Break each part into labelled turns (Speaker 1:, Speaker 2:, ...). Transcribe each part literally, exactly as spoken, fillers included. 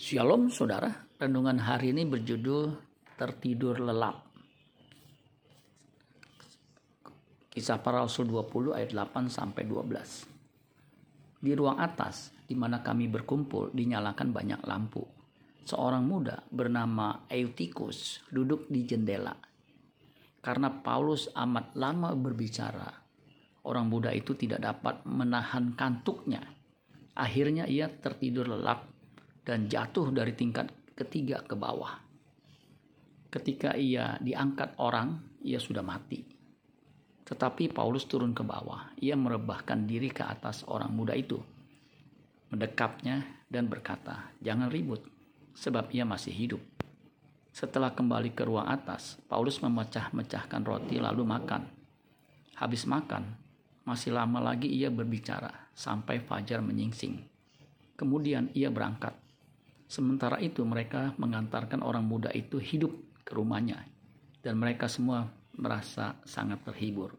Speaker 1: Shalom saudara, renungan hari ini berjudul Tertidur Lelap. Kisah Para Rasul dua puluh ayat delapan sampai dua belas. Di ruang atas di mana kami berkumpul dinyalakan banyak lampu. Seorang muda bernama Eutikus duduk di jendela. Karena Paulus amat lama berbicara, orang muda itu tidak dapat menahan kantuknya. Akhirnya ia tertidur lelap dan jatuh dari tingkat ketiga ke bawah. Ketika ia diangkat orang, ia sudah mati. Tetapi Paulus turun ke bawah. Ia merebahkan diri ke atas orang muda itu, mendekapnya dan berkata, "Jangan ribut, sebab ia masih hidup." Setelah kembali ke ruang atas, Paulus memecah-mecahkan roti lalu makan. Habis makan, masih lama lagi ia berbicara sampai fajar menyingsing. Kemudian ia berangkat. Sementara itu mereka mengantarkan orang muda itu hidup ke rumahnya dan mereka semua merasa sangat terhibur.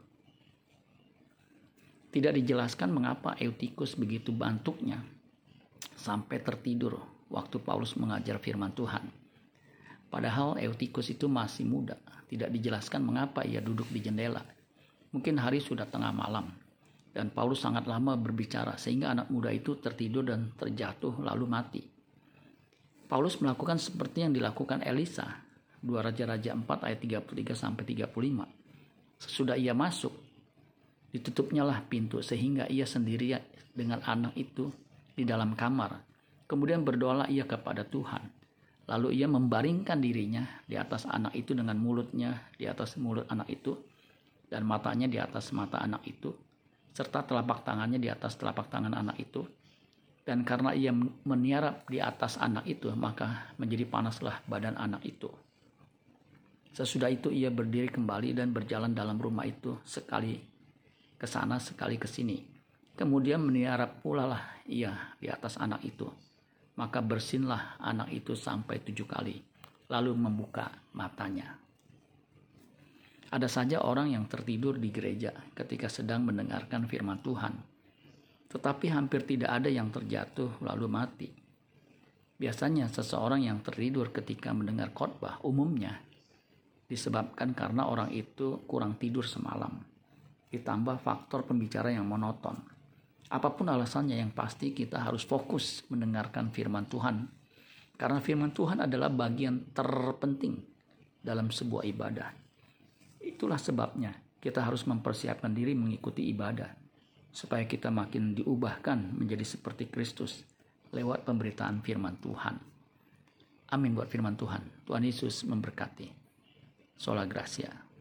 Speaker 1: Tidak dijelaskan mengapa Eutikus begitu bantuknya sampai tertidur waktu Paulus mengajar firman Tuhan. Padahal Eutikus itu masih muda. Tidak dijelaskan mengapa ia duduk di jendela. Mungkin hari sudah tengah malam dan Paulus sangat lama berbicara sehingga anak muda itu tertidur dan terjatuh lalu mati. Paulus melakukan seperti yang dilakukan Elisa, dua Raja-Raja empat ayat tiga puluh tiga sampai tiga puluh lima. Sesudah ia masuk, ditutupnya lah pintu sehingga ia sendiri dengan anak itu di dalam kamar. Kemudian berdoalah ia kepada Tuhan. Lalu ia membaringkan dirinya di atas anak itu dengan mulutnya di atas mulut anak itu dan matanya di atas mata anak itu, serta telapak tangannya di atas telapak tangan anak itu. Dan karena ia meniarap di atas anak itu, maka menjadi panaslah badan anak itu. Sesudah itu ia berdiri kembali dan berjalan dalam rumah itu sekali ke sana sekali ke sini. Kemudian meniarap pula lah ia di atas anak itu. Maka bersinlah anak itu sampai tujuh kali, lalu membuka matanya. Ada saja orang yang tertidur di gereja ketika sedang mendengarkan firman Tuhan. Tetapi hampir tidak ada yang terjatuh lalu mati. Biasanya seseorang yang tertidur ketika mendengar khotbah umumnya disebabkan karena orang itu kurang tidur semalam. Ditambah faktor pembicara yang monoton. Apapun alasannya, yang pasti kita harus fokus mendengarkan firman Tuhan. Karena firman Tuhan adalah bagian terpenting dalam sebuah ibadah. Itulah sebabnya kita harus mempersiapkan diri mengikuti ibadah, supaya kita makin diubahkan menjadi seperti Kristus lewat pemberitaan firman Tuhan. Amin buat firman Tuhan. Tuhan Yesus memberkati. Sola Gracia.